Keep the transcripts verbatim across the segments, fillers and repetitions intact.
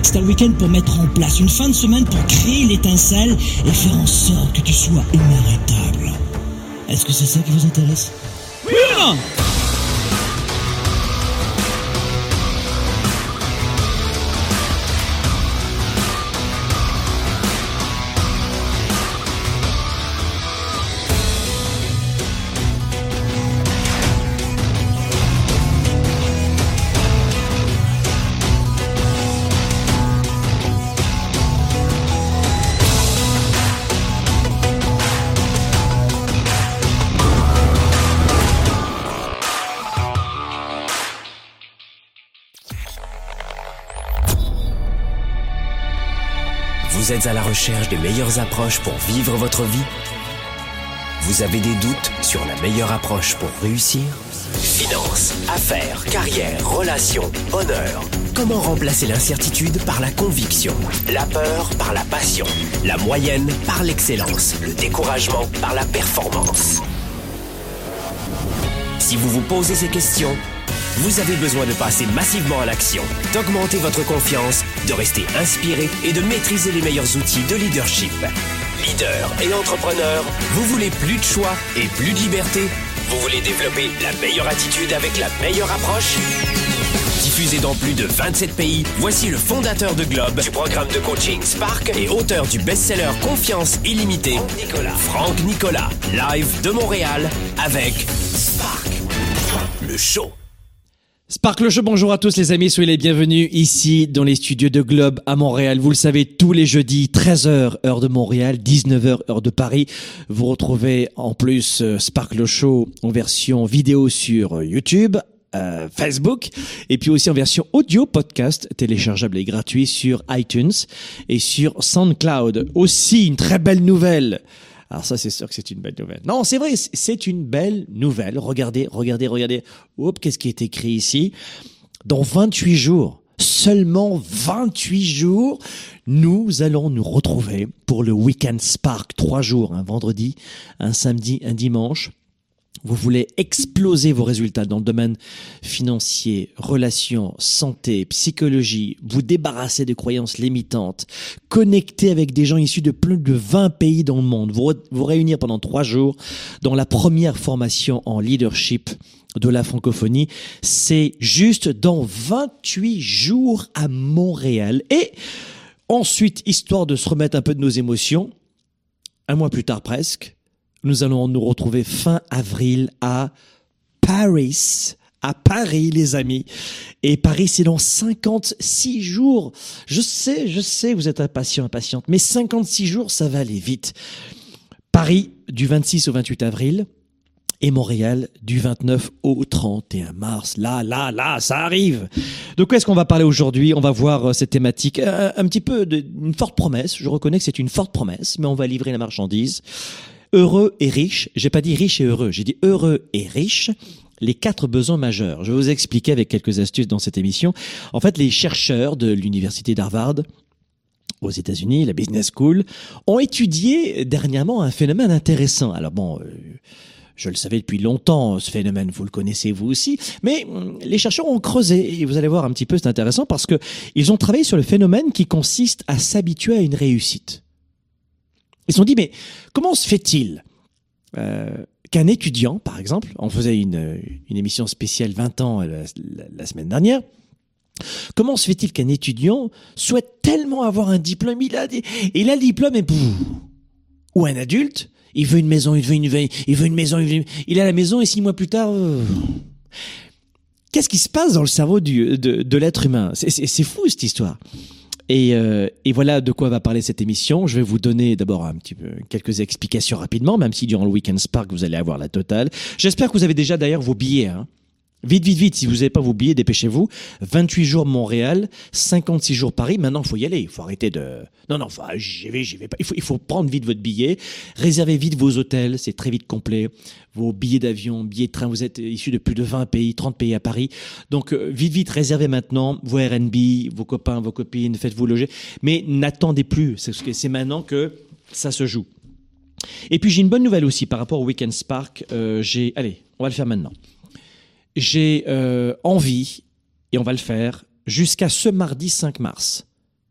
C'est un week-end pour mettre en place, une fin de semaine pour créer l'étincelle et faire en sorte que tu sois inarrêtable. Est-ce que c'est ça qui vous intéresse? Oui ou non? Vous êtes à la recherche des meilleures approches pour vivre votre vie? Vous avez des doutes sur la meilleure approche pour réussir? Finances, affaires, carrière, relations, honneur. Comment remplacer l'incertitude par la conviction? La peur par la passion? La moyenne par l'excellence? Le découragement par la performance? Si vous vous posez ces questions, vous avez besoin de passer massivement à l'action, d'augmenter votre confiance, de rester inspiré et de maîtriser les meilleurs outils de leadership. Leader et entrepreneur, vous voulez plus de choix et plus de liberté? Vous voulez développer la meilleure attitude avec la meilleure approche? Diffusé dans plus de vingt-sept pays, voici le fondateur de Globe, du programme de coaching Spark et auteur du best-seller Confiance illimitée, Franck Nicolas. Franck Nicolas, live de Montréal avec Spark, le show. Spark le show, bonjour à tous les amis, soyez les bienvenus ici dans les studios de Globe à Montréal. Vous le savez, tous les jeudis, treize heures heure de Montréal, dix-neuf heures heure de Paris. Vous retrouvez en plus Spark le show en version vidéo sur YouTube, euh, Facebook, et puis aussi en version audio podcast téléchargeable et gratuit sur iTunes et sur SoundCloud. Aussi, une très belle nouvelle. Alors ça, c'est sûr que c'est une belle nouvelle. Non, c'est vrai, c'est une belle nouvelle. Regardez, regardez, regardez. Hop, qu'est-ce qui est écrit ici? Dans vingt-huit jours, seulement vingt-huit jours, nous allons nous retrouver pour le Weekend Spark. Trois jours, un vendredi, un samedi, un dimanche. Vous voulez exploser vos résultats dans le domaine financier, relations, santé, psychologie, vous débarrasser de croyances limitantes, connecter avec des gens issus de plus de vingt pays dans le monde, vous, vous réunir pendant trois jours dans la première formation en leadership de la francophonie. C'est juste dans vingt-huit jours à Montréal. Et ensuite, histoire de se remettre un peu de nos émotions, un mois plus tard presque, nous allons nous retrouver fin avril à Paris, à Paris, les amis. Et Paris, c'est dans cinquante-six jours. Je sais, je sais, vous êtes impatients, impatientes, mais cinquante-six jours, ça va aller vite. Paris, du vingt-six au vingt-huit avril. Et Montréal, du vingt-neuf au trente et un mars. Là, là, là, ça arrive. De quoi est-ce qu'on va parler aujourd'hui? On va voir cette thématique, un, un petit peu d'une forte promesse. Je reconnais que c'est une forte promesse, mais on va livrer la marchandise. Heureux et riche, j'ai pas dit riche et heureux, j'ai dit heureux et riche, les quatre besoins majeurs. Je vais vous expliquer avec quelques astuces dans cette émission. En fait, les chercheurs de l'université d'Harvard aux États-Unis, la Business School, ont étudié dernièrement un phénomène intéressant. Alors bon, euh, je le savais depuis longtemps, ce phénomène, vous le connaissez vous aussi, mais les chercheurs ont creusé, et vous allez voir un petit peu, c'est intéressant parce que ils ont travaillé sur le phénomène qui consiste à s'habituer à une réussite. Ils se sont dit, mais comment se fait-il euh, qu'un étudiant, par exemple, on faisait une, une émission spéciale vingt ans la, la, la semaine dernière, comment se fait-il qu'un étudiant souhaite tellement avoir un diplôme, il a, des, il a le diplôme et boum, ou un adulte, il veut une maison, il veut une, il veut une maison, il, veut une, il a la maison et six mois plus tard... Euh, qu'est-ce qui se passe dans le cerveau du, de, de l'être humain? c'est, c'est, c'est fou cette histoire. Et, euh, et voilà de quoi va parler cette émission. Je vais vous donner d'abord un petit peu quelques explications rapidement, même si durant le Weekend Spark, vous allez avoir la totale. J'espère que vous avez déjà d'ailleurs vos billets. Hein. Vite, vite, vite, si vous n'avez pas vos billets, dépêchez-vous. vingt-huit jours Montréal, cinquante-six jours Paris. Maintenant, il faut y aller. Il faut arrêter de... Non, non, faut... j'y vais, j'y vais pas. Il faut, il faut prendre vite votre billet. Réservez vite vos hôtels, c'est très vite complet. Vos billets d'avion, billets de train. Vous êtes issus de plus de vingt pays, trente pays à Paris. Donc, euh, vite, vite, réservez maintenant vos R and B, vos copains, vos copines, faites-vous loger. Mais n'attendez plus. C'est, c'est maintenant que ça se joue. Et puis, j'ai une bonne nouvelle aussi par rapport au Weekend Spark. Euh, j'ai... Allez, on va le faire maintenant. J'ai euh, envie, et on va le faire, jusqu'à ce mardi cinq mars,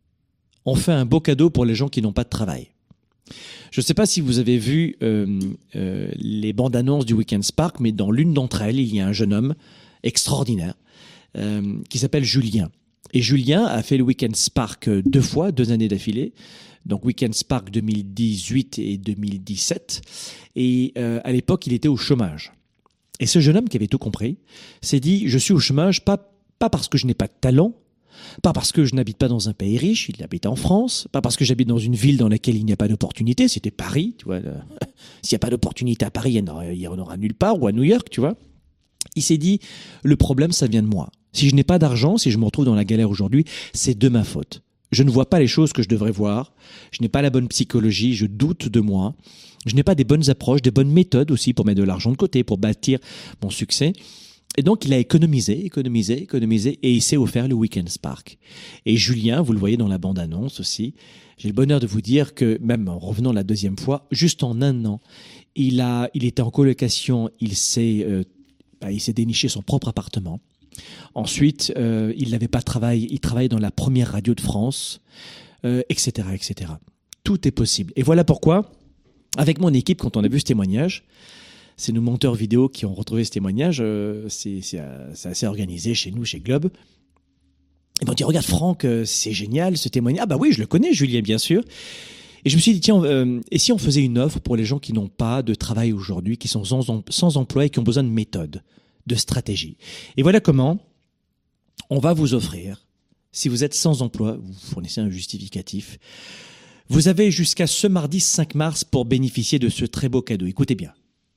on fait un beau cadeau pour les gens qui n'ont pas de travail. Je ne sais pas si vous avez vu euh, euh, les bandes annonces du Weekend Spark, mais dans l'une d'entre elles, il y a un jeune homme extraordinaire euh, qui s'appelle Julien. Et Julien a fait le Weekend Spark deux fois, deux années d'affilée. Donc Weekend Spark deux mille dix-huit et deux mille dix-sept. Et euh, à l'époque, il était au chômage. Et ce jeune homme qui avait tout compris s'est dit « Je suis au chômage pas, pas parce que je n'ai pas de talent, pas parce que je n'habite pas dans un pays riche, il habite en France, pas parce que j'habite dans une ville dans laquelle il n'y a pas d'opportunité, c'était Paris, tu vois. S'il n'y a pas d'opportunité à Paris, il n'y en aura, il y en aura nulle part, ou à New York, tu vois. Il s'est dit, le problème, ça vient de moi. Si je n'ai pas d'argent, si je me retrouve dans la galère aujourd'hui, c'est de ma faute. Je ne vois pas les choses que je devrais voir, je n'ai pas la bonne psychologie, je doute de moi, je n'ai pas des bonnes approches, des bonnes méthodes aussi pour mettre de l'argent de côté, pour bâtir mon succès. Et donc, il a économisé, économisé, économisé, et il s'est offert le Weekend Spark. Et Julien, vous le voyez dans la bande-annonce aussi, j'ai le bonheur de vous dire que, même en revenant la deuxième fois, juste en un an, il a, il était en colocation, il s'est, euh, bah, il s'est déniché son propre appartement. Ensuite, euh, il n'avait pas de travail, il travaillait dans la première radio de France, euh, et cetera, et cetera. Tout est possible. Et voilà pourquoi, avec mon équipe, quand on a vu ce témoignage, c'est nos monteurs vidéo qui ont retrouvé ce témoignage. Euh, c'est, c'est, c'est assez organisé chez nous, chez Globe. Ils m'ont dit, regarde Franck, c'est génial ce témoignage. Ah bah oui, je le connais, Julien, bien sûr. Et je me suis dit, tiens, euh, et si on faisait une offre pour les gens qui n'ont pas de travail aujourd'hui, qui sont sans, sans emploi et qui ont besoin de méthode, de stratégie. Et voilà comment on va vous offrir, si vous êtes sans emploi, vous fournissez un justificatif, vous avez jusqu'à ce mardi cinq mars pour bénéficier de ce très beau cadeau. Écoutez bien.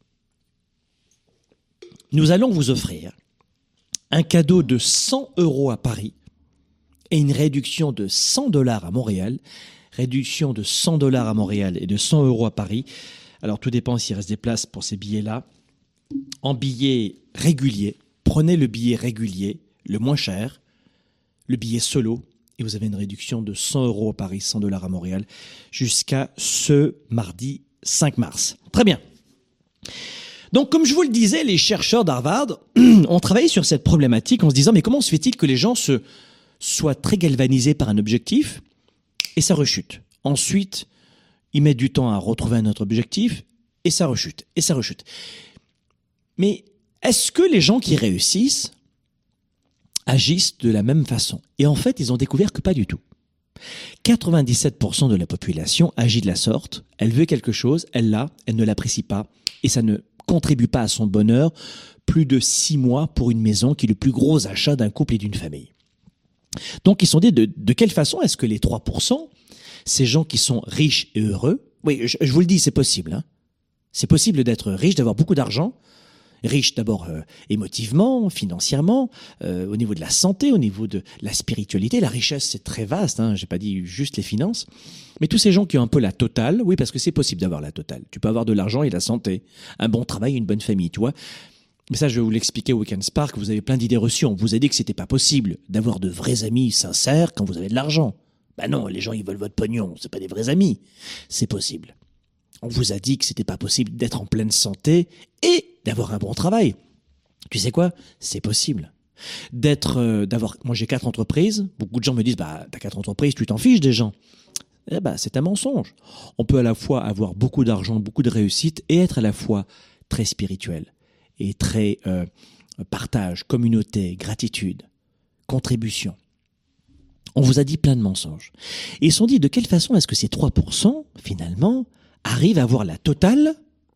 Nous allons vous offrir un cadeau de cent euros à Paris et une réduction de cent dollars à Montréal. Réduction de cent dollars à Montréal et de cent euros à Paris. Alors, tout dépend s'il reste des places pour ces billets-là. En billets réguliers, prenez le billet régulier, le moins cher, le billet solo, et vous avez une réduction de cent euros à Paris, cent dollars à Montréal, jusqu'à ce mardi cinq mars. Très bien. Donc, comme je vous le disais, les chercheurs d'Harvard ont travaillé sur cette problématique en se disant, mais comment se fait-il que les gens se soient très galvanisés par un objectif et ça rechute. Ensuite, ils mettent du temps à retrouver un autre objectif et ça rechute, et ça rechute. Mais est-ce que les gens qui réussissent agissent de la même façon? Et en fait, ils ont découvert que pas du tout. quatre-vingt-dix-sept pour cent de la population agit de la sorte. Elle veut quelque chose, elle l'a, elle ne l'apprécie pas et ça ne contribue pas à son bonheur. Plus de six mois pour une maison qui est le plus gros achat d'un couple et d'une famille. Donc, ils se sont dit de, de quelle façon est-ce que les trois pour cent, ces gens qui sont riches et heureux, oui, je, je vous le dis, c'est possible. Hein. C'est possible d'être riche, d'avoir beaucoup d'argent. Riche d'abord euh, émotivement, financièrement, euh, au niveau de la santé, au niveau de la spiritualité. La richesse, c'est très vaste, hein, j'ai pas dit juste les finances. Mais tous ces gens qui ont un peu la totale, oui, parce que c'est possible d'avoir la totale. Tu peux avoir de l'argent et la santé, un bon travail, une bonne famille, tu vois. Mais ça, je vais vous l'expliquer au Weekend Spark, vous avez plein d'idées reçues. On vous a dit que c'était pas possible d'avoir de vrais amis sincères quand vous avez de l'argent. Ben non, les gens, ils veulent votre pognon, c'est pas des vrais amis. C'est possible. On vous a dit que c'était pas possible d'être en pleine santé et d'avoir un bon travail. Tu sais quoi? C'est possible. D'être, euh, d'avoir, moi j'ai quatre entreprises. Beaucoup de gens me disent, bah, t'as quatre entreprises, tu t'en fiches des gens. Eh ben, c'est un mensonge. On peut à la fois avoir beaucoup d'argent, beaucoup de réussite et être à la fois très spirituel et très euh, partage, communauté, gratitude, contribution. On vous a dit plein de mensonges. Et ils se sont dit, de quelle façon est-ce que ces trois pour cent, finalement, arrivent à avoir la totale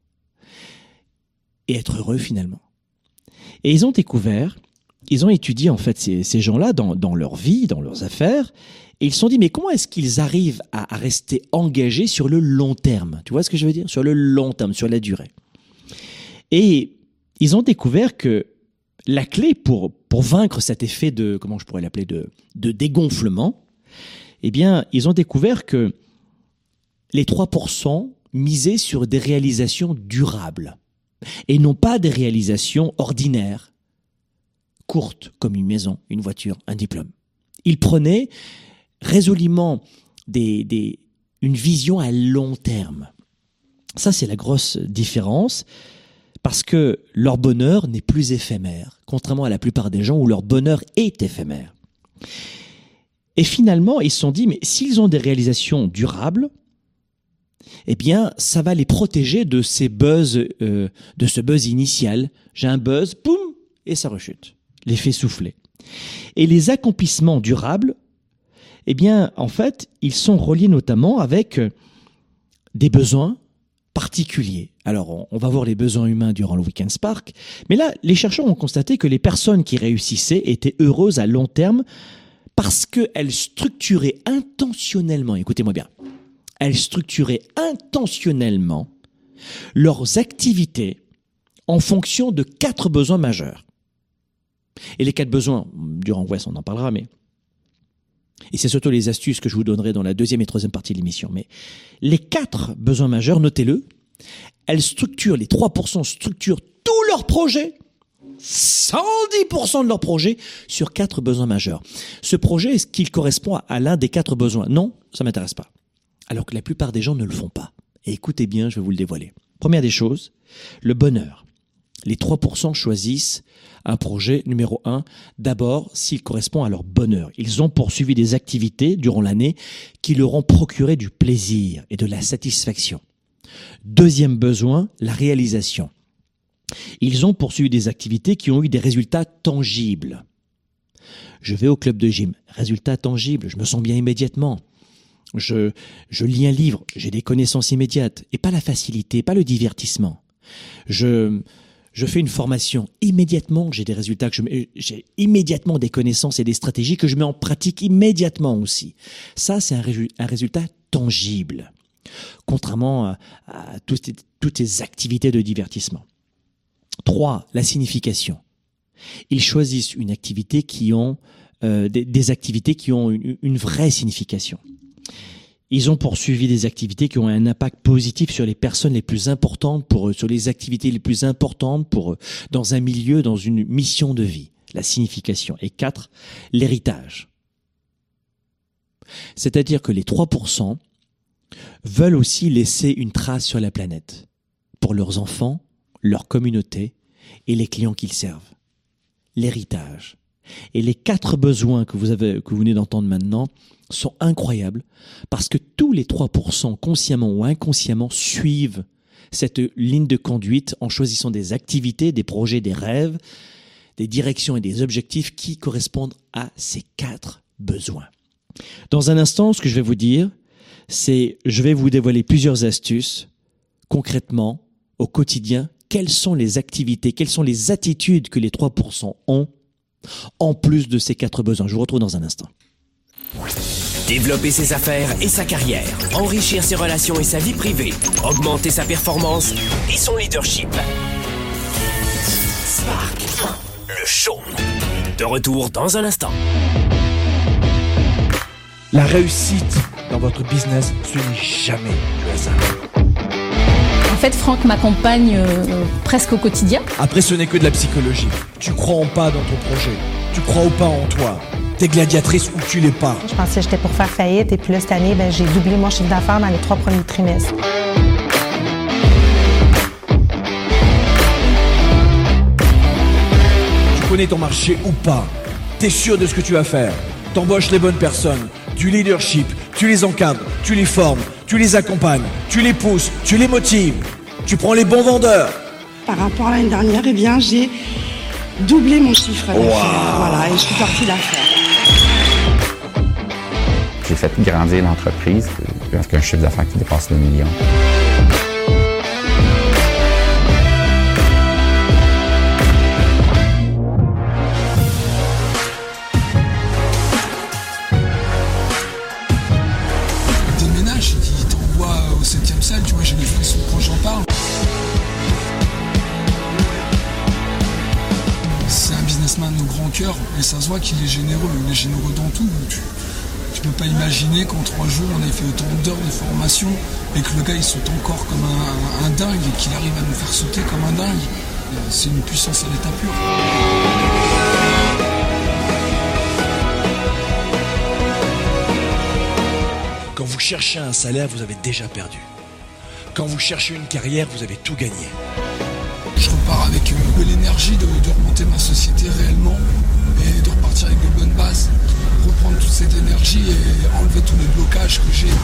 et être heureux finalement. Et ils ont découvert, ils ont étudié en fait ces, ces gens-là dans, dans leur vie, dans leurs affaires, et ils se sont dit, mais comment est-ce qu'ils arrivent à, à rester engagés sur le long terme? Tu vois ce que je veux dire? Sur le long terme, sur la durée. Et ils ont découvert que la clé pour, pour vaincre cet effet de, comment je pourrais l'appeler, de, de dégonflement, eh bien, ils ont découvert que les trois pour cent misaient sur des réalisations durables et non pas des réalisations ordinaires, courtes comme une maison, une voiture, un diplôme. Ils prenaient résolument des, des, une vision à long terme. Ça, c'est la grosse différence parce que leur bonheur n'est plus éphémère, contrairement à la plupart des gens où leur bonheur est éphémère. Et finalement, ils se sont dit, mais s'ils ont des réalisations durables, eh bien, ça va les protéger de ces buzz, euh, de ce buzz initial. J'ai un buzz, poum, et ça rechute. L'effet soufflé. Et les accomplissements durables, eh bien, en fait, ils sont reliés notamment avec des besoins particuliers. Alors, on va voir les besoins humains durant le Weekend Spark, mais là, les chercheurs ont constaté que les personnes qui réussissaient étaient heureuses à long terme parce qu'elles structuraient intentionnellement, écoutez-moi bien, elles structuraient intentionnellement leurs activités en fonction de quatre besoins majeurs. Et les quatre besoins, durant West, on en parlera, mais et c'est surtout les astuces que je vous donnerai dans la deuxième et troisième partie de l'émission. Mais les quatre besoins majeurs, notez-le, elles structurent, les trois pour cent structurent tous leurs projets, cent dix pour cent de leurs projets, sur quatre besoins majeurs. Ce projet, est-ce qu'il correspond à l'un des quatre besoins? Non, ça ne m'intéresse pas. Alors que la plupart des gens ne le font pas. Et écoutez bien, je vais vous le dévoiler. Première des choses, le bonheur. Les trois pour cent choisissent un projet numéro un, d'abord s'il correspond à leur bonheur. Ils ont poursuivi des activités durant l'année qui leur ont procuré du plaisir et de la satisfaction. Deuxième besoin, la réalisation. Ils ont poursuivi des activités qui ont eu des résultats tangibles. Je vais au club de gym, résultats tangibles, je me sens bien immédiatement. Je, je lis un livre, j'ai des connaissances immédiates, et pas la facilité, pas le divertissement. Je... Je fais une formation, immédiatement j'ai des résultats, que je mets, j'ai immédiatement des connaissances et des stratégies que je mets en pratique immédiatement aussi. Ça, c'est un, ré, un résultat tangible, contrairement à, à toutes, toutes ces activités de divertissement. Trois, la signification. Ils choisissent une activité qui ont, euh, des, des activités qui ont une, une vraie signification. Ils ont poursuivi des activités qui ont un impact positif sur les personnes les plus importantes pour eux, sur les activités les plus importantes pour eux, dans un milieu, dans une mission de vie, la signification. Et quatre, l'héritage. C'est-à-dire que les trois pour cent veulent aussi laisser une trace sur la planète, pour leurs enfants, leur communauté et les clients qu'ils servent. L'héritage. Et les quatre besoins que vous avez, que vous venez d'entendre maintenant sont incroyables parce que tous les trois pour cent, consciemment ou inconsciemment, suivent cette ligne de conduite en choisissant des activités, des projets, des rêves, des directions et des objectifs qui correspondent à ces quatre besoins. Dans un instant, ce que je vais vous dire, c'est je vais vous dévoiler plusieurs astuces concrètement au quotidien. Quelles sont les activités, quelles sont les attitudes que les trois pour cent ont en plus de ces quatre besoins. Je vous retrouve dans un instant. Développer ses affaires et sa carrière, enrichir ses relations et sa vie privée, augmenter sa performance et son leadership. Spark, le show. De retour dans un instant. La réussite dans votre business, ce n'est jamais le hasard. En fait, Franck m'accompagne euh, presque au quotidien. Après, ce n'est que de la psychologie. Tu crois en pas dans ton projet. Tu crois ou pas en toi. T'es gladiatrice ou tu l'es pas. Je pensais que j'étais pour faire faillite et puis là, cette année, ben, j'ai doublé mon chiffre d'affaires dans les trois premiers trimestres. Tu connais ton marché ou pas. T'es sûr de ce que tu vas faire. T'embauches les bonnes personnes. Du leadership. Tu les encadres. Tu les formes. Tu les accompagnes. Tu les pousses. Tu les motives. Tu prends les bons vendeurs. Par rapport à l'année dernière, eh bien, j'ai doublé mon chiffre d'affaires. Wow. Voilà, et je suis partie d'affaires. J'ai fait grandir l'entreprise avec un chiffre d'affaires qui dépasse le million. Déménage, il t'envoie au septième salle, tu vois, j'ai des frissons quand j'en parle. C'est un businessman de grand cœur et ça se voit qu'il est généreux, il est généreux dans tout. Tu, tu peux pas imaginer qu'en trois jours on ait fait autant d'heures de formation et que le gars il saute encore comme un, un, un dingue et qu'il arrive à nous faire sauter comme un dingue. C'est une puissance à l'état pur. Quand vous cherchez un salaire, vous avez déjà perdu. Quand vous cherchez une carrière, vous avez tout gagné. Je repars avec euh, de l'énergie de, de remonter ma société réellement et de repartir avec de bonnes bases, reprendre toutes cette énergie et enlever tous les blocages que j'ai.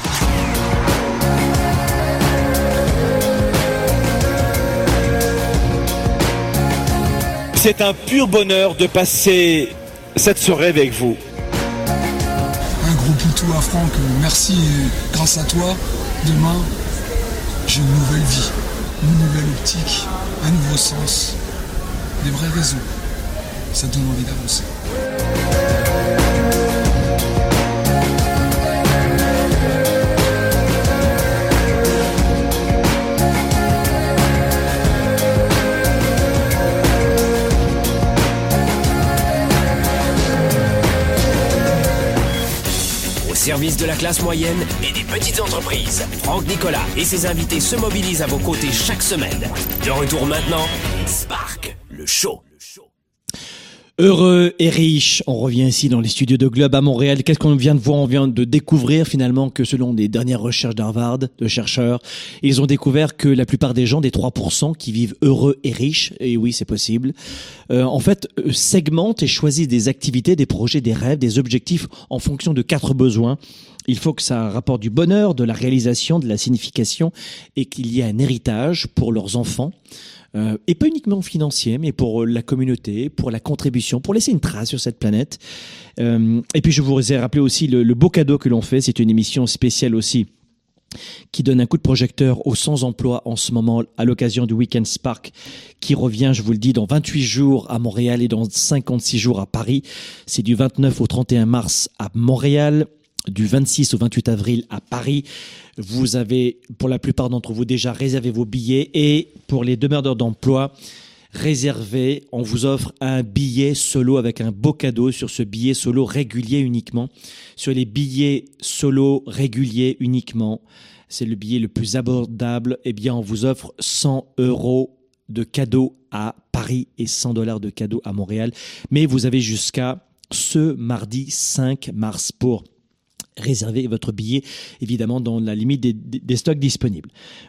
C'est un pur bonheur de passer cette soirée avec vous. Un gros poutou à Franck, merci et grâce à toi, demain, j'ai une nouvelle vie, une nouvelle optique, un nouveau sens, des vraies raisons. Ça donne envie d'avancer. Service de la classe moyenne et des petites entreprises. Franck Nicolas et ses invités se mobilisent à vos côtés chaque semaine. De retour maintenant, Spark, le show. Heureux et riche, on revient ici dans les studios de Globe à Montréal. Qu'est-ce qu'on vient de voir? On vient de découvrir finalement que selon les dernières recherches d'Harvard, de chercheurs, ils ont découvert que la plupart des gens, des trois pour cent qui vivent heureux et riches, et oui c'est possible, euh, en fait euh, segmentent et choisissent des activités, des projets, des rêves, des objectifs en fonction de quatre besoins. Il faut que ça rapporte du bonheur, de la réalisation, de la signification et qu'il y ait un héritage pour leurs enfants. Euh, et pas uniquement financier, mais pour la communauté, pour la contribution, pour laisser une trace sur cette planète. Euh, et puis je vous ai rappelé aussi le, le beau cadeau que l'on fait. C'est une émission spéciale aussi qui donne un coup de projecteur aux sans-emploi en ce moment à l'occasion du Weekend Spark qui revient, je vous le dis, dans vingt-huit jours à Montréal et dans cinquante-six jours à Paris. C'est du vingt-neuf au trente et un mars à Montréal, du vingt-six au vingt-huit avril à Paris. Vous avez, pour la plupart d'entre vous, déjà réservé vos billets et pour les demandeurs d'emploi, réservez, on vous offre un billet solo avec un beau cadeau sur ce billet solo régulier uniquement. Sur les billets solo réguliers uniquement, c'est le billet le plus abordable, eh bien on vous offre cent euros de cadeau à Paris et cent dollars de cadeau à Montréal. Mais vous avez jusqu'à ce mardi cinq mars pour réservez votre billet, évidemment, dans la limite des, des, des stocks disponibles.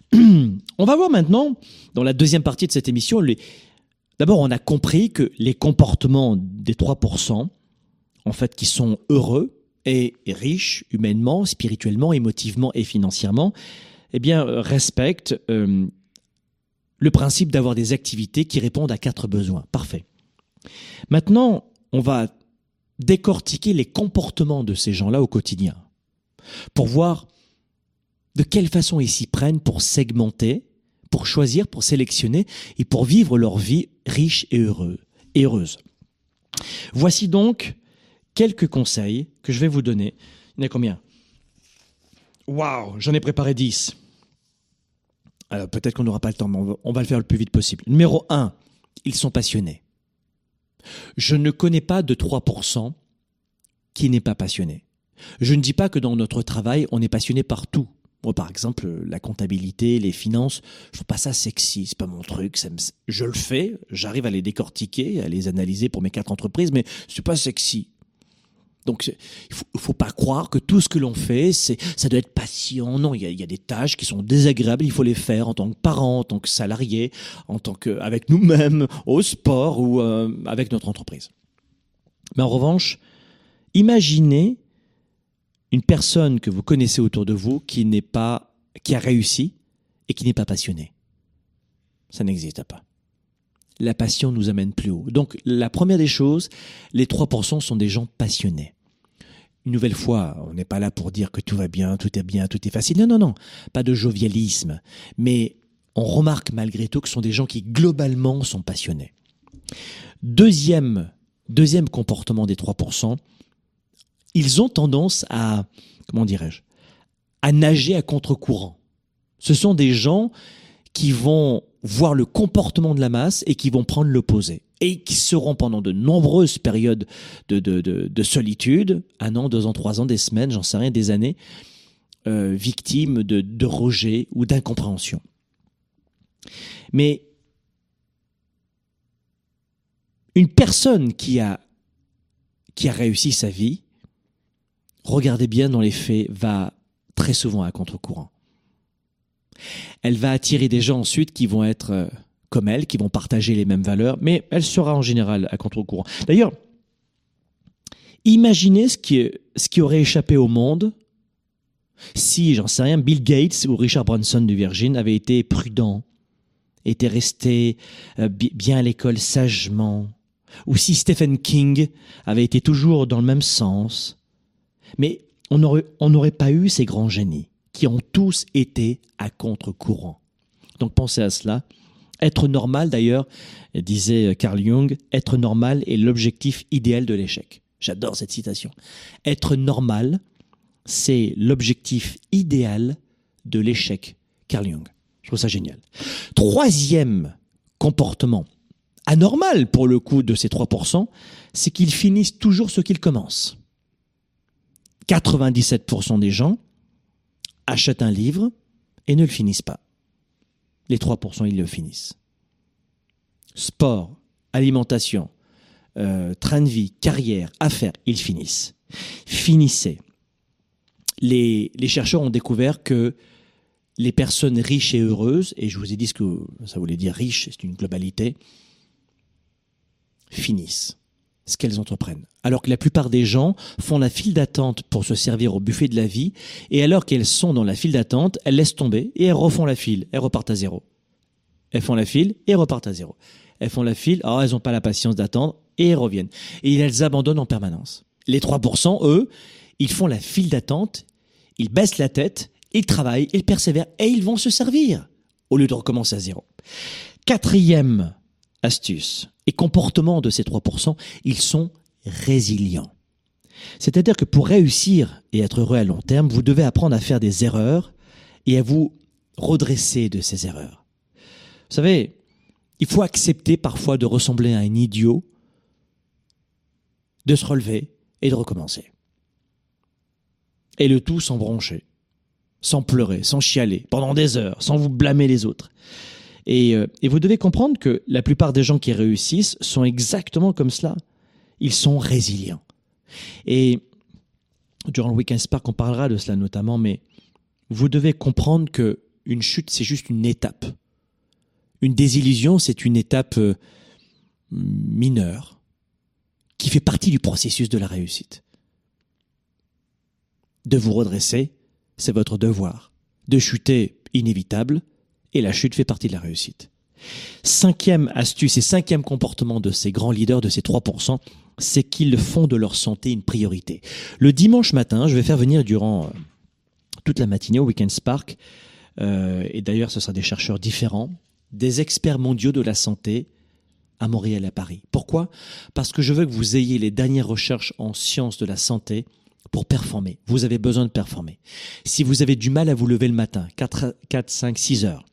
On va voir maintenant, dans la deuxième partie de cette émission, les... d'abord, on a compris que les comportements des trois pour cent, en fait, qui sont heureux et, et riches, humainement, spirituellement, émotivement et financièrement, eh bien, respectent euh, le principe d'avoir des activités qui répondent à quatre besoins. Parfait. Maintenant, on va décortiquer les comportements de ces gens-là au quotidien pour voir de quelle façon ils s'y prennent pour segmenter, pour choisir, pour sélectionner et pour vivre leur vie riche et heureux, et heureuse. Voici donc quelques conseils que je vais vous donner. Il y en a combien? Waouh, j'en ai préparé dix. Alors peut-être qu'on n'aura pas le temps, mais on va, on va le faire le plus vite possible. Numéro un, ils sont passionnés. Je ne connais pas de trois pour cent qui n'est pas passionné. Je ne dis pas que dans notre travail, on est passionné par tout. Moi, par exemple, la comptabilité, les finances, je trouve pas ça sexy, c'est pas mon truc. Ça me... Je le fais, j'arrive à les décortiquer, à les analyser pour mes quatre entreprises, mais c'est pas sexy. Donc, il faut, faut pas croire que tout ce que l'on fait, c'est, ça doit être patient. Non, il y a, il y a des tâches qui sont désagréables. Il faut les faire en tant que parent, en tant que salarié, en tant que, avec nous-mêmes, au sport ou euh, avec notre entreprise. Mais en revanche, imaginez une personne que vous connaissez autour de vous qui n'est pas, qui a réussi et qui n'est pas passionnée. Ça n'existe pas. La passion nous amène plus haut. Donc, la première des choses, les trois pour cent sont des gens passionnés. Une nouvelle fois, on n'est pas là pour dire que tout va bien, tout est bien, tout est facile. Non, non, non, pas de jovialisme. Mais on remarque malgré tout que ce sont des gens qui, globalement, sont passionnés. Deuxième, deuxième comportement des trois pour cent, ils ont tendance à, comment dirais-je, à nager à contre-courant. Ce sont des gens qui vont voir le comportement de la masse et qui vont prendre l'opposé. Et qui seront pendant de nombreuses périodes de, de, de, de solitude, un an, deux ans, trois ans, des semaines, j'en sais rien, des années, euh, victimes de, de rejet ou d'incompréhension. Mais une personne qui a, qui a réussi sa vie, regardez bien dans les faits, va très souvent à contre-courant. Elle va attirer des gens ensuite qui vont être euh, comme elle, qui vont partager les mêmes valeurs, mais elle sera en général à contre-courant. D'ailleurs, Imaginez ce qui, ce qui aurait échappé au monde si, j'en sais rien, Bill Gates ou Richard Branson du Virgin avaient été prudents, étaient restés euh, bien à l'école sagement, ou si Stephen King avait été toujours dans le même sens. Mais on n'aurait on n'aurait pas eu ces grands génies qui ont tous été à contre-courant. Donc pensez à cela. Être normal, d'ailleurs, disait Carl Jung, être normal est l'objectif idéal de l'échec. J'adore cette citation. Être normal, c'est l'objectif idéal de l'échec. Carl Jung. Je trouve ça génial. Troisième comportement anormal, pour le coup, de ces trois pour cent, c'est qu'ils finissent toujours ce qu'ils commencent. quatre-vingt-dix-sept pour cent des gens achètent un livre et ne le finissent pas. Les trois pour cent, ils le finissent. Sport, alimentation, euh, train de vie, carrière, affaires, ils finissent. Finissez. Les, les chercheurs ont découvert que les personnes riches et heureuses, et je vous ai dit ce que ça voulait dire riche, c'est une globalité, finissent ce qu'elles entreprennent. Alors que la plupart des gens font la file d'attente pour se servir au buffet de la vie, et alors qu'elles sont dans la file d'attente, elles laissent tomber et elles refont la file, elles repartent à zéro. Elles font la file et repartent à zéro. Elles font la file, alors elles n'ont pas la patience d'attendre et elles reviennent. Et elles abandonnent en permanence. Les trois pour cent, eux, ils font la file d'attente, ils baissent la tête, ils travaillent, ils persévèrent et ils vont se servir au lieu de recommencer à zéro. Quatrième astuce et comportement de ces trois pour cent, ils sont résilients. C'est-à-dire que pour réussir et être heureux à long terme, vous devez apprendre à faire des erreurs et à vous redresser de ces erreurs. Vous savez, il faut accepter parfois de ressembler à un idiot, de se relever et de recommencer. Et le tout sans broncher, sans pleurer, sans chialer, pendant des heures, sans vous blâmer les autres. Et, euh, et vous devez comprendre que la plupart des gens qui réussissent sont exactement comme cela. Ils sont résilients. Et durant le Weekend Spark, on parlera de cela notamment, mais vous devez comprendre qu'une chute, c'est juste une étape. Une désillusion, c'est une étape euh, mineure qui fait partie du processus de la réussite. De vous redresser, c'est votre devoir. De chuter, inévitable, et la chute fait partie de la réussite. Cinquième astuce et cinquième comportement de ces grands leaders, de ces trois pour cent, c'est qu'ils font de leur santé une priorité. Le dimanche matin, je vais faire venir durant euh, toute la matinée au Weekend Spark, euh, et d'ailleurs ce sera des chercheurs différents, des experts mondiaux de la santé à Montréal et à Paris. Pourquoi ? Parce que je veux que vous ayez les dernières recherches en sciences de la santé pour performer. Vous avez besoin de performer. Si vous avez du mal à vous lever le matin, quatre, cinq, six heures,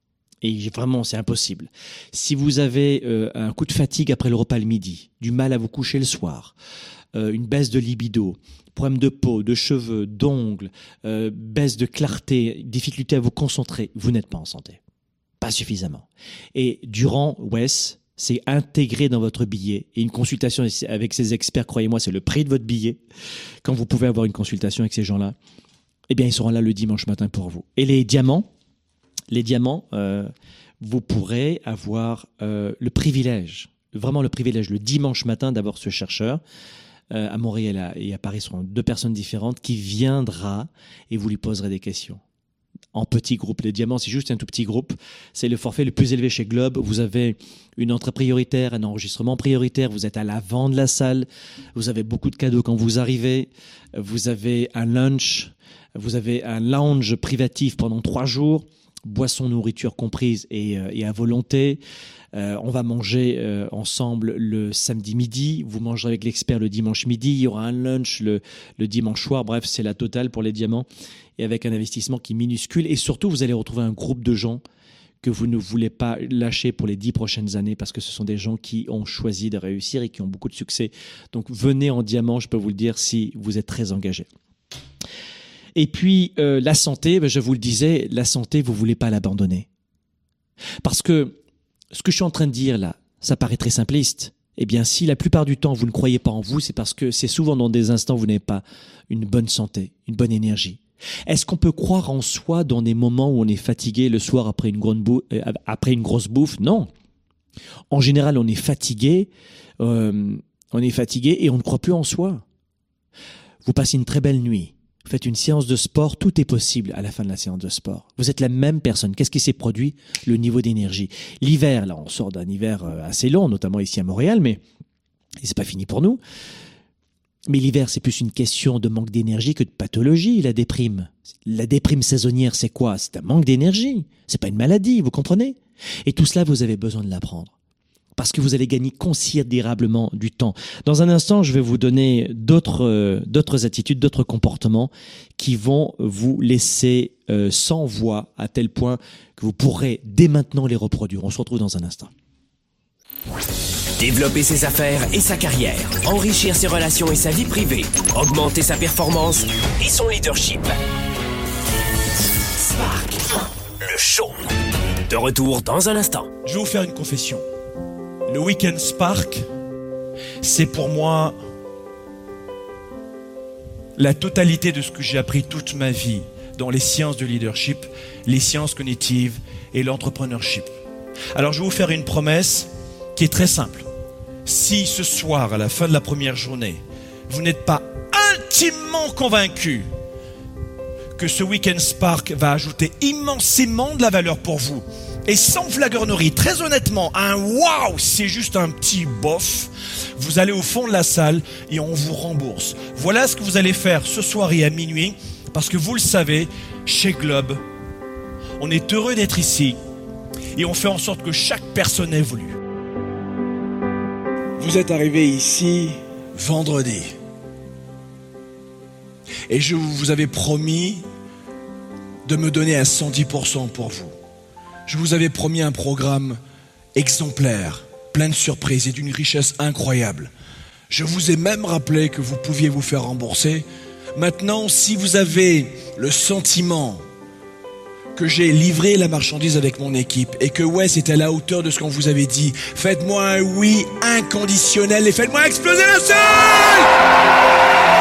et vraiment c'est impossible. Si vous avez euh, un coup de fatigue après le repas le midi, du mal à vous coucher le soir, euh, une baisse de libido, problème de peau, de cheveux, d'ongles, euh, baisse de clarté, difficulté à vous concentrer, vous n'êtes pas en santé. Pas suffisamment. Et durant W E S, c'est intégré dans votre billet. Et une consultation avec ces experts, croyez-moi, c'est le prix de votre billet. Quand vous pouvez avoir une consultation avec ces gens-là, eh bien, ils seront là le dimanche matin pour vous. Et les diamants, les diamants, euh, vous pourrez avoir euh, le privilège, vraiment le privilège, le dimanche matin d'avoir ce chercheur. Euh, à Montréal et à Paris, ce seront deux personnes différentes qui viendra et vous lui poserez des questions. En petit groupe. Les diamants, c'est juste un tout petit groupe. C'est le forfait le plus élevé chez Globe. Vous avez une entrée prioritaire, un enregistrement prioritaire. Vous êtes à l'avant de la salle. Vous avez beaucoup de cadeaux quand vous arrivez. Vous avez un lunch. Vous avez un lounge privatif pendant trois jours. Boissons, nourriture comprise et, euh, et à volonté. Euh, on va manger euh, ensemble le samedi midi. Vous mangerez avec l'expert le dimanche midi. Il y aura un lunch le, le dimanche soir. Bref, c'est la totale pour les diamants. Et avec un investissement qui est minuscule. Et surtout, vous allez retrouver un groupe de gens que vous ne voulez pas lâcher pour les dix prochaines années parce que ce sont des gens qui ont choisi de réussir et qui ont beaucoup de succès. Donc, venez en diamant, je peux vous le dire, si vous êtes très engagé. Et puis, euh, la santé, ben, je vous le disais, la santé, vous ne voulez pas l'abandonner. Parce que ce que je suis en train de dire là, ça paraît très simpliste. Eh bien, si la plupart du temps, vous ne croyez pas en vous, c'est parce que c'est souvent dans des instants où vous n'avez pas une bonne santé, une bonne énergie. Est-ce qu'on peut croire en soi dans des moments où on est fatigué le soir après une, grande bou- euh, après une grosse bouffe ? Non. En général, on est fatigué, euh, on est fatigué et on ne croit plus en soi. Vous passez une très belle nuit. Vous faites une séance de sport, tout est possible à la fin de la séance de sport. Vous êtes la même personne. Qu'est-ce qui s'est produit? Le niveau d'énergie. L'hiver, là, on sort d'un hiver assez long, notamment ici à Montréal, mais c'est pas fini pour nous. Mais l'hiver, c'est plus une question de manque d'énergie que de pathologie, la déprime. La déprime saisonnière, c'est quoi? C'est un manque d'énergie. C'est pas une maladie, vous comprenez? Et tout cela, vous avez besoin de l'apprendre. Parce que vous allez gagner considérablement du temps. Dans un instant, je vais vous donner d'autres euh, d'autres attitudes, d'autres comportements qui vont vous laisser euh, sans voix à tel point que vous pourrez dès maintenant les reproduire. On se retrouve dans un instant. Développer ses affaires et sa carrière, enrichir ses relations et sa vie privée, augmenter sa performance et son leadership. Spark, le show. De retour dans un instant. Je vais vous faire une confession. Le Week-end Spark, c'est pour moi la totalité de ce que j'ai appris toute ma vie dans les sciences de leadership, les sciences cognitives et l'entrepreneurship. Alors je vais vous faire une promesse qui est très simple. Si ce soir, à la fin de la première journée, vous n'êtes pas intimement convaincu que ce Week-end Spark va ajouter immensément de la valeur pour vous, et sans flagornerie, très honnêtement, un waouh, c'est juste un petit bof, vous allez au fond de la salle et on vous rembourse. Voilà ce que vous allez faire ce soir et à minuit, parce que vous le savez, chez Globe, on est heureux d'être ici et on fait en sorte que chaque personne évolue. Vous êtes arrivé ici vendredi et je vous avais promis de me donner à cent dix pour cent pour vous. Je vous avais promis un programme exemplaire, plein de surprises et d'une richesse incroyable. Je vous ai même rappelé que vous pouviez vous faire rembourser. Maintenant, si vous avez le sentiment que j'ai livré la marchandise avec mon équipe et que ouais, c'était à la hauteur de ce qu'on vous avait dit, faites-moi un oui inconditionnel et faites-moi exploser la salle!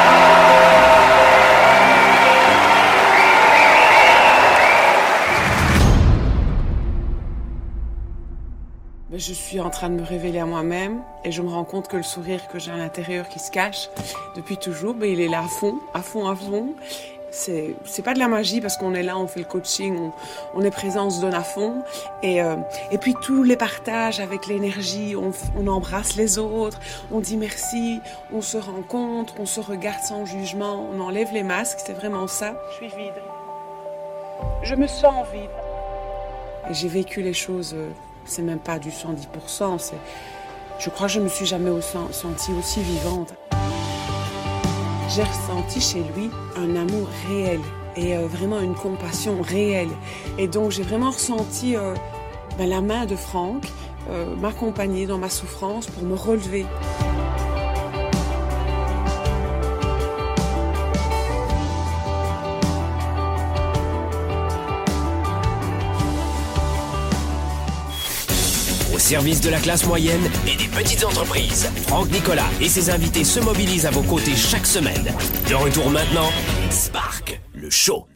Je suis en train de me révéler à moi-même et je me rends compte que le sourire que j'ai à l'intérieur qui se cache depuis toujours, ben il est là à fond, à fond, à fond. C'est, c'est pas de la magie parce qu'on est là, on fait le coaching, on, on est présent, on se donne à fond. Et, euh, et puis tous les partages avec l'énergie, on, on embrasse les autres, on dit merci, on se rencontre, on se regarde sans jugement, on enlève les masques, c'est vraiment ça. Je suis vide. Je me sens vide. Et j'ai vécu les choses... Euh, c'est même pas du cent dix pour cent, c'est... je crois que je me suis jamais sentie aussi vivante. J'ai ressenti chez lui un amour réel et euh, vraiment une compassion réelle. Et donc j'ai vraiment ressenti euh, ben, la main de Franck euh, m'accompagner dans ma souffrance pour me relever. Au service de la classe moyenne et des petites entreprises, Franck Nicolas et ses invités se mobilisent à vos côtés chaque semaine. De retour maintenant, Spark, le show.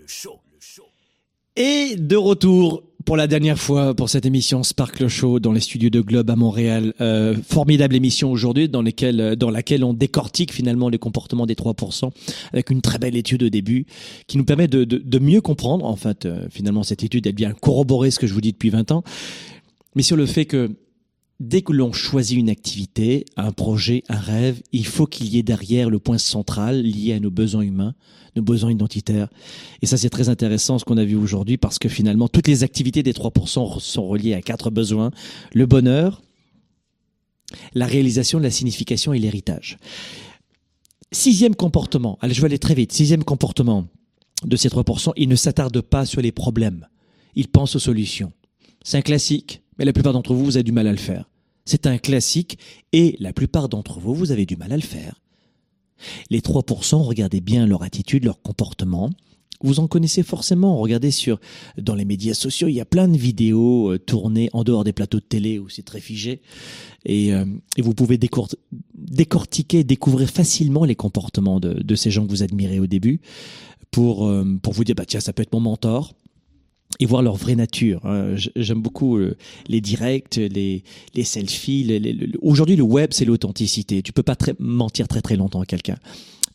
Et de retour pour la dernière fois pour cette émission Spark le Show dans les studios de Globe à Montréal. Euh, formidable émission aujourd'hui dans, lesquelles, dans laquelle on décortique finalement les comportements des trois pour cent avec une très belle étude au début qui nous permet de, de, de mieux comprendre. En fait, euh, finalement, cette étude a bien corroboré ce que je vous dis depuis vingt ans. Mais sur le fait que dès que l'on choisit une activité, un projet, un rêve, il faut qu'il y ait derrière le point central lié à nos besoins humains, nos besoins identitaires. Et ça, c'est très intéressant ce qu'on a vu aujourd'hui parce que finalement, toutes les activités des trois pour cent sont reliées à quatre besoins. Le bonheur, la réalisation, la signification et l'héritage. Sixième comportement. Allez, je vais aller très vite. Sixième comportement de ces trois pour cent, ils ne s'attardent pas sur les problèmes. Ils pensent aux solutions. C'est un classique, mais la plupart d'entre vous, vous avez du mal à le faire. C'est un classique et la plupart d'entre vous, vous avez du mal à le faire. Les trois pour cent, regardez bien leur attitude, leur comportement. Vous en connaissez forcément. Regardez sur, dans les médias sociaux, il y a plein de vidéos euh, tournées en dehors des plateaux de télé où c'est très figé. Et, euh, et vous pouvez décor- décortiquer, découvrir facilement les comportements de, de ces gens que vous admirez au début pour, euh, pour vous dire, bah, tiens, ça peut être mon mentor. Et voir leur vraie nature. J'aime beaucoup les directs, les, les selfies. Les, les, les... Aujourd'hui, le web, c'est l'authenticité. Tu peux pas très, mentir très très longtemps à quelqu'un.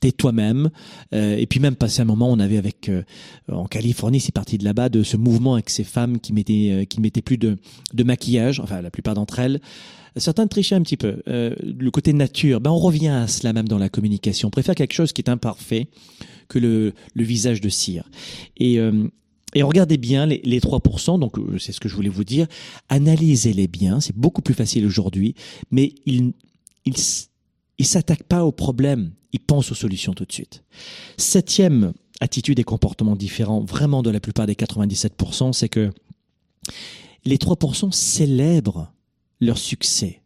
t'es toi-même. Euh, et puis même passé un moment, on avait avec euh, en Californie, c'est parti de là-bas, de ce mouvement avec ces femmes qui mettaient euh, qui ne mettaient plus de de maquillage, enfin la plupart d'entre elles. Certains trichaient un petit peu. Euh, le côté nature, ben on revient à cela même dans la communication. On préfère quelque chose qui est imparfait que le le visage de cire. Et euh, Et regardez bien les, les trois pour cent, donc c'est ce que je voulais vous dire. Analysez-les bien, c'est beaucoup plus facile aujourd'hui, mais ils ils ils s'attaquent pas au problème, ils pensent aux solutions tout de suite. Septième attitude et comportement différent, vraiment de la plupart des quatre-vingt-dix-sept pour cent, c'est que les trois pour cent célèbrent leur succès.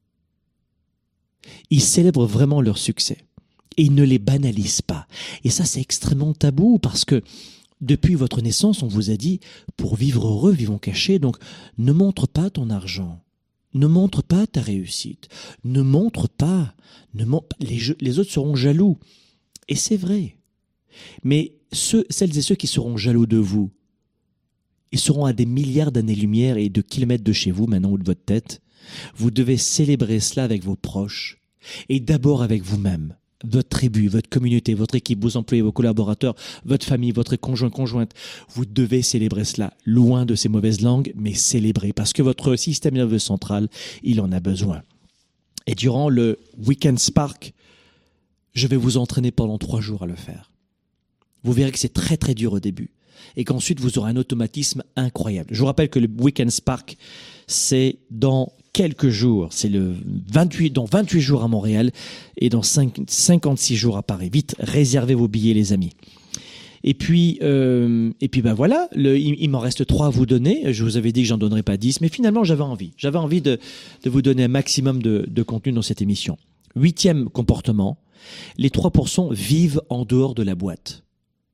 Ils célèbrent vraiment leur succès et ils ne les banalisent pas. Et ça, c'est extrêmement tabou parce que depuis votre naissance, on vous a dit, pour vivre heureux, vivons cachés, donc ne montre pas ton argent, ne montre pas ta réussite, ne montre pas, ne mon... les, les autres seront jaloux. Et c'est vrai. Mais ceux, celles et ceux qui seront jaloux de vous, ils seront à des milliards d'années-lumière et de kilomètres de chez vous, maintenant, ou de votre tête. Vous devez célébrer cela avec vos proches, et d'abord avec vous-même. Votre tribu, votre communauté, votre équipe, vos employés, vos collaborateurs, votre famille, votre conjoint, conjointe, vous devez célébrer cela, loin de ces mauvaises langues, mais célébrer, parce que votre système nerveux central, il en a besoin. Et durant le Weekend Spark, je vais vous entraîner pendant trois jours à le faire. Vous verrez que c'est très très dur au début, et qu'ensuite vous aurez un automatisme incroyable. Je vous rappelle que le Weekend Spark, c'est dans quelques jours, c'est le vingt-huit, dans vingt-huit jours à Montréal et dans cinq, cinquante-six jours à Paris. Vite, réservez vos billets, les amis. Et puis, euh, et puis ben voilà, le, il, il m'en reste trois à vous donner. Je vous avais dit que j'en donnerais pas dix, mais finalement j'avais envie. J'avais envie de, de vous donner un maximum de, de contenu dans cette émission. Huitième comportement, les trois pour cent vivent en dehors de la boîte.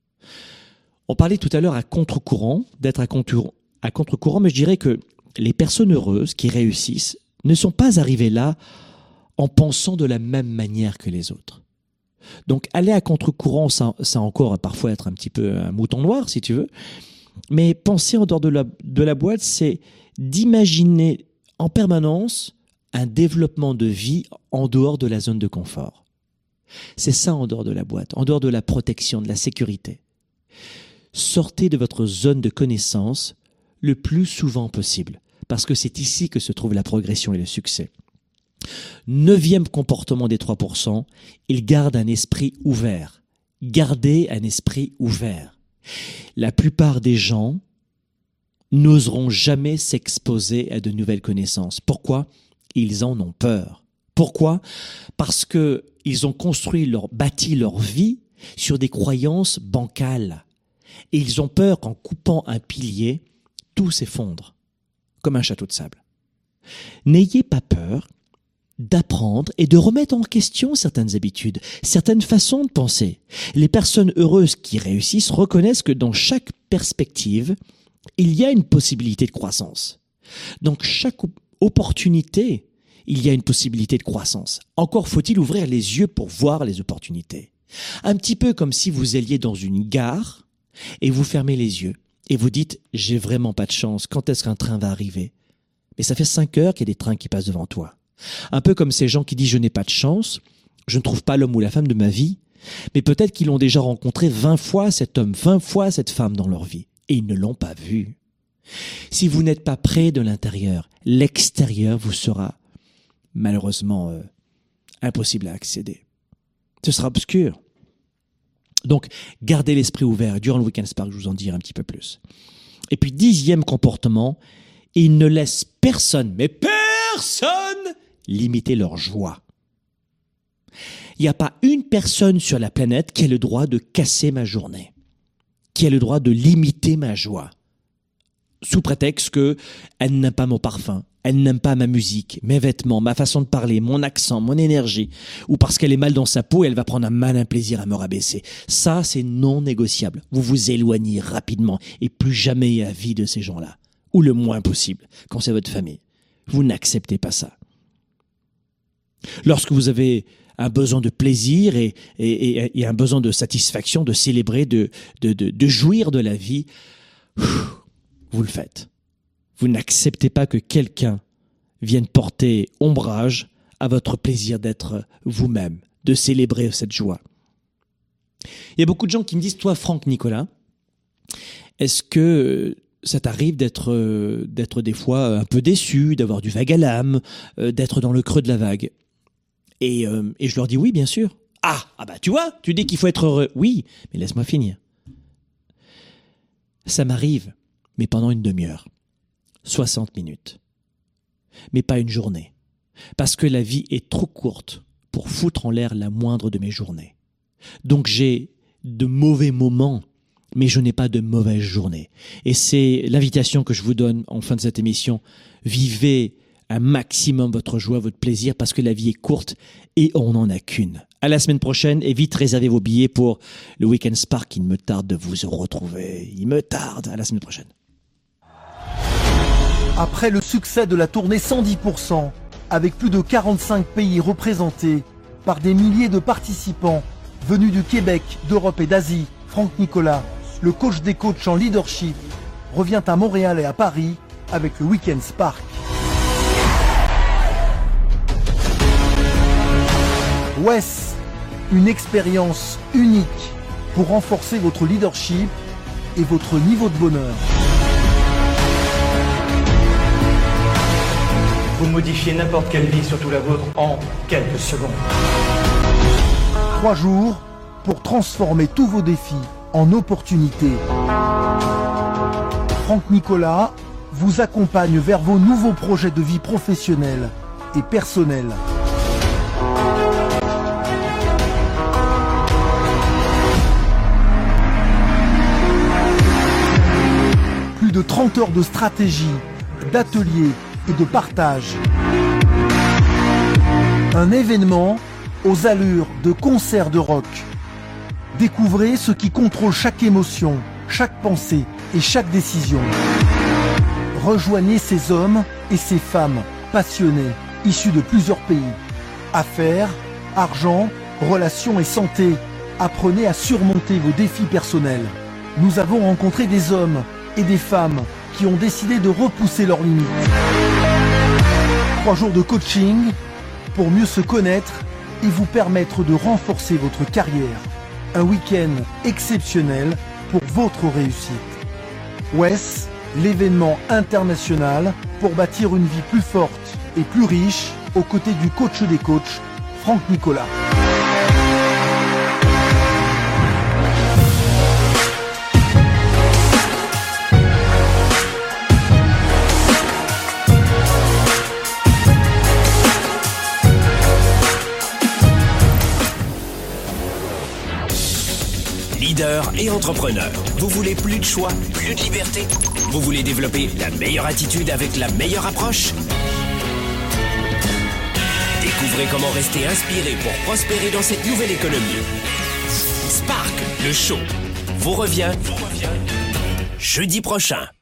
On parlait tout à l'heure à contre-courant, d'être à contre, à contre-courant, mais je dirais que les personnes heureuses qui réussissent ne sont pas arrivées là en pensant de la même manière que les autres. Donc aller à contre-courant, ça, ça encore parfois être un petit peu un mouton noir si tu veux, mais penser en dehors de la, de la boîte, c'est d'imaginer en permanence un développement de vie en dehors de la zone de confort. C'est ça en dehors de la boîte, en dehors de la protection, de la sécurité. Sortez de votre zone de connaissance le plus souvent possible, parce que c'est ici que se trouve la progression et le succès. Neuvième comportement des trois pour cent, ils gardent un esprit ouvert. Gardez un esprit ouvert. La plupart des gens n'oseront jamais s'exposer à de nouvelles connaissances. Pourquoi ? Ils en ont peur. Pourquoi ? Parce que ils ont construit leur, bâti leur vie sur des croyances bancales. Et ils ont peur qu'en coupant un pilier, tout s'effondre, comme un château de sable. N'ayez pas peur d'apprendre et de remettre en question certaines habitudes, certaines façons de penser. Les personnes heureuses qui réussissent reconnaissent que dans chaque perspective, il y a une possibilité de croissance. Donc chaque opportunité, il y a une possibilité de croissance. Encore faut-il ouvrir les yeux pour voir les opportunités. Un petit peu comme si vous alliez dans une gare et vous fermez les yeux. Et vous dites, j'ai vraiment pas de chance, quand est-ce qu'un train va arriver ? Mais ça fait cinq heures qu'il y a des trains qui passent devant toi. Un peu comme ces gens qui disent, je n'ai pas de chance, je ne trouve pas l'homme ou la femme de ma vie, mais peut-être qu'ils l'ont déjà rencontré vingt fois cet homme, vingt fois cette femme dans leur vie, et ils ne l'ont pas vu. Si vous n'êtes pas près de l'intérieur, l'extérieur vous sera malheureusement euh, impossible à accéder. Ce sera obscur. Donc, gardez l'esprit ouvert. Durant le Weekend Spark, je vous en dirai un petit peu plus. Et puis, dixième comportement, ils ne laissent personne, mais personne, limiter leur joie. Il n'y a pas une personne sur la planète qui a le droit de casser ma journée, qui a le droit de limiter ma joie, sous prétexte que elle n'aime pas mon parfum, elle n'aime pas ma musique, mes vêtements, ma façon de parler, mon accent, mon énergie, ou parce qu'elle est mal dans sa peau et elle va prendre un malin plaisir à me rabaisser. Ça, c'est non négociable. Vous vous éloignez rapidement et plus jamais à vie de ces gens-là, ou le moins possible, quand c'est votre famille. Vous n'acceptez pas ça. Lorsque vous avez un besoin de plaisir et, et, et, et un besoin de satisfaction, de célébrer, de, de, de, de jouir de la vie, vous le faites. Vous n'acceptez pas que quelqu'un vienne porter ombrage à votre plaisir d'être vous-même, de célébrer cette joie. Il y a beaucoup de gens qui me disent, toi, Franck Nicolas, est-ce que ça t'arrive d'être, euh, d'être des fois un peu déçu, d'avoir du vague à l'âme, euh, d'être dans le creux de la vague? Et, euh, et je leur dis oui, bien sûr. Ah, ah bah tu vois, tu dis qu'il faut être heureux. Oui, mais laisse-moi finir. Ça m'arrive, mais pendant une demi-heure, soixante minutes. Mais pas une journée. Parce que la vie est trop courte pour foutre en l'air la moindre de mes journées. Donc j'ai de mauvais moments, mais je n'ai pas de mauvaises journées. Et c'est l'invitation que je vous donne en fin de cette émission. Vivez un maximum votre joie, votre plaisir, parce que la vie est courte et on n'en a qu'une. À la semaine prochaine, et vite réservez vos billets pour le Week-end Spark. Il me tarde de vous retrouver. Il me tarde. À la semaine prochaine. Après le succès de la tournée cent dix pour cent, avec plus de quarante-cinq pays représentés par des milliers de participants venus du Québec, d'Europe et d'Asie, Franck Nicolas, le coach des coachs en leadership, revient à Montréal et à Paris avec le Week-end Spark. W E S, une expérience unique pour renforcer votre leadership et votre niveau de bonheur. Vous modifiez n'importe quelle vie, surtout la vôtre, en quelques secondes. Trois jours pour transformer tous vos défis en opportunités. Franck Nicolas vous accompagne vers vos nouveaux projets de vie professionnelle et personnelle. Plus de trente heures de stratégie, d'ateliers et de partage. Un événement aux allures de concert de rock. Découvrez ce qui contrôle chaque émotion, chaque pensée et chaque décision. Rejoignez ces hommes et ces femmes passionnés, issus de plusieurs pays. Affaires, argent, relations et santé. Apprenez à surmonter vos défis personnels. Nous avons rencontré des hommes et des femmes qui ont décidé de repousser leurs limites. Trois jours de coaching pour mieux se connaître et vous permettre de renforcer votre carrière. Un week-end exceptionnel pour votre réussite. W E S, l'événement international pour bâtir une vie plus forte et plus riche aux côtés du coach des coachs, Franck Nicolas. Leader et entrepreneur. Vous voulez plus de choix, plus de liberté? Vous voulez développer la meilleure attitude avec la meilleure approche? Découvrez comment rester inspiré pour prospérer dans cette nouvelle économie. Spark, le show, vous revient, vous revient jeudi prochain.